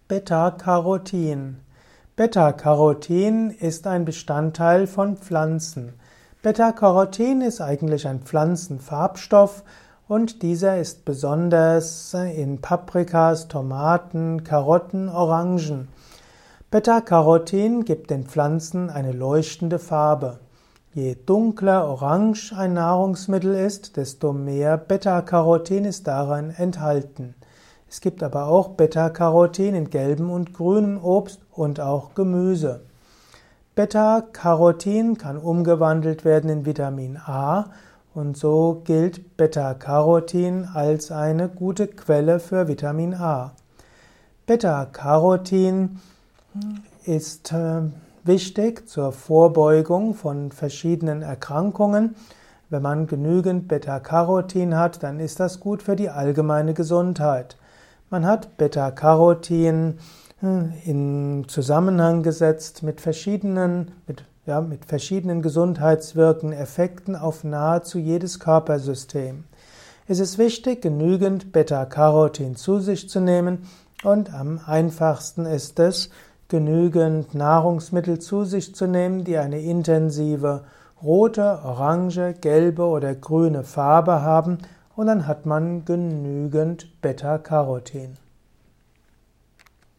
Beta-Carotin. Beta-Carotin ist ein Bestandteil von Pflanzen. Beta-Carotin ist eigentlich ein Pflanzenfarbstoff und dieser ist besonders in Paprikas, Tomaten, Karotten, Orangen. Beta-Carotin gibt den Pflanzen eine leuchtende Farbe. Je dunkler orange ein Nahrungsmittel ist, desto mehr Beta-Carotin ist darin enthalten. Es gibt aber auch Beta-Carotin in gelbem und grünem Obst und auch Gemüse. Beta-Carotin kann umgewandelt werden in Vitamin A und so gilt Beta-Carotin als eine gute Quelle für Vitamin A. Beta-Carotin ist wichtig zur Vorbeugung von verschiedenen Erkrankungen. Wenn man genügend Beta-Carotin hat, dann ist das gut für die allgemeine Gesundheit. Man hat Beta-Carotin in Zusammenhang gesetzt mit verschiedenen gesundheitswirkenden Effekten auf nahezu jedes Körpersystem. Es ist wichtig, genügend Beta-Carotin zu sich zu nehmen und am einfachsten ist es, genügend Nahrungsmittel zu sich zu nehmen, die eine intensive rote, orange, gelbe oder grüne Farbe haben und dann hat man genügend Beta-Carotin.